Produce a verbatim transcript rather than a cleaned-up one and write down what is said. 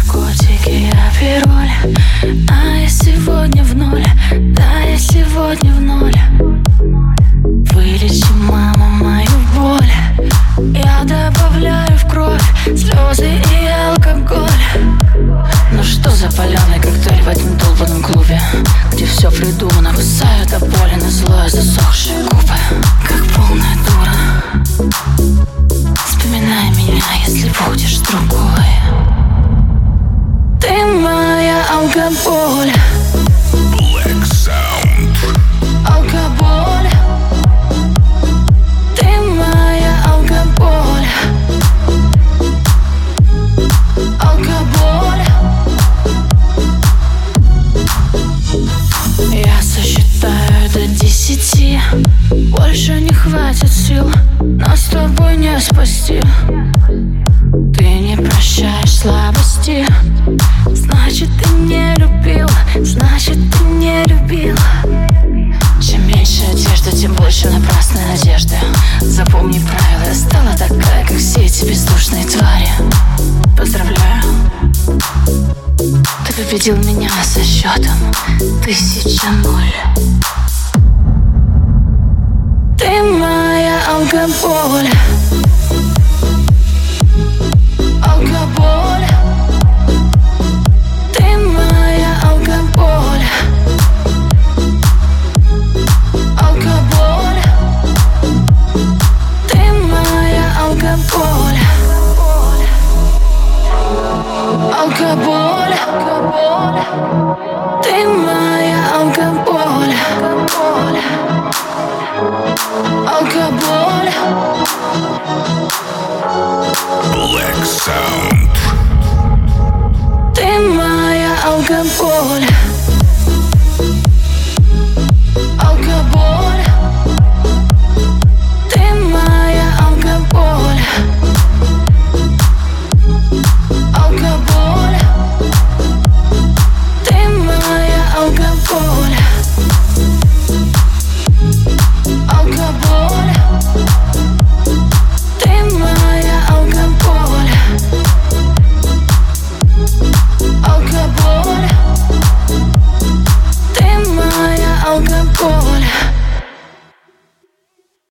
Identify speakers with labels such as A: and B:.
A: Наркотики, апероль, а я сегодня в ноль. Да, я сегодня в ноль. Вылечи, мама, мою боль. Я добавляю в кровь слезы и алкоголь. Ну что за паленый коктейль в этом долбанном клубе, где все придумано, кусаю до боли на злое засохшие губы, как полная дура. Вспоминай меня, если будешь другой. Ты моя алкоголь.
B: Black Sound.
A: Алкоголь. Ты моя алкоголь. Алкоголь. Я сосчитаю до десяти. Больше не хватит сил, нас с тобой не спасти. Ты не прощаешь слабости. Значит, ты не любил. Значит, ты не любил. Чем меньше одежды, тем больше напрасной надежды. Запомни правила, я стала такая, как все эти бездушные твари. Поздравляю, ты победил меня со счетом тысяча ноль. Ты моя алкоголь. Алкоголь. Ты моя алкоголь. Алкоголь. Ты моя алкоголь. Алкоголь. Ты моя алкоголь. Алкоголь.
B: Black Sound.
A: Ты моя алкоголь.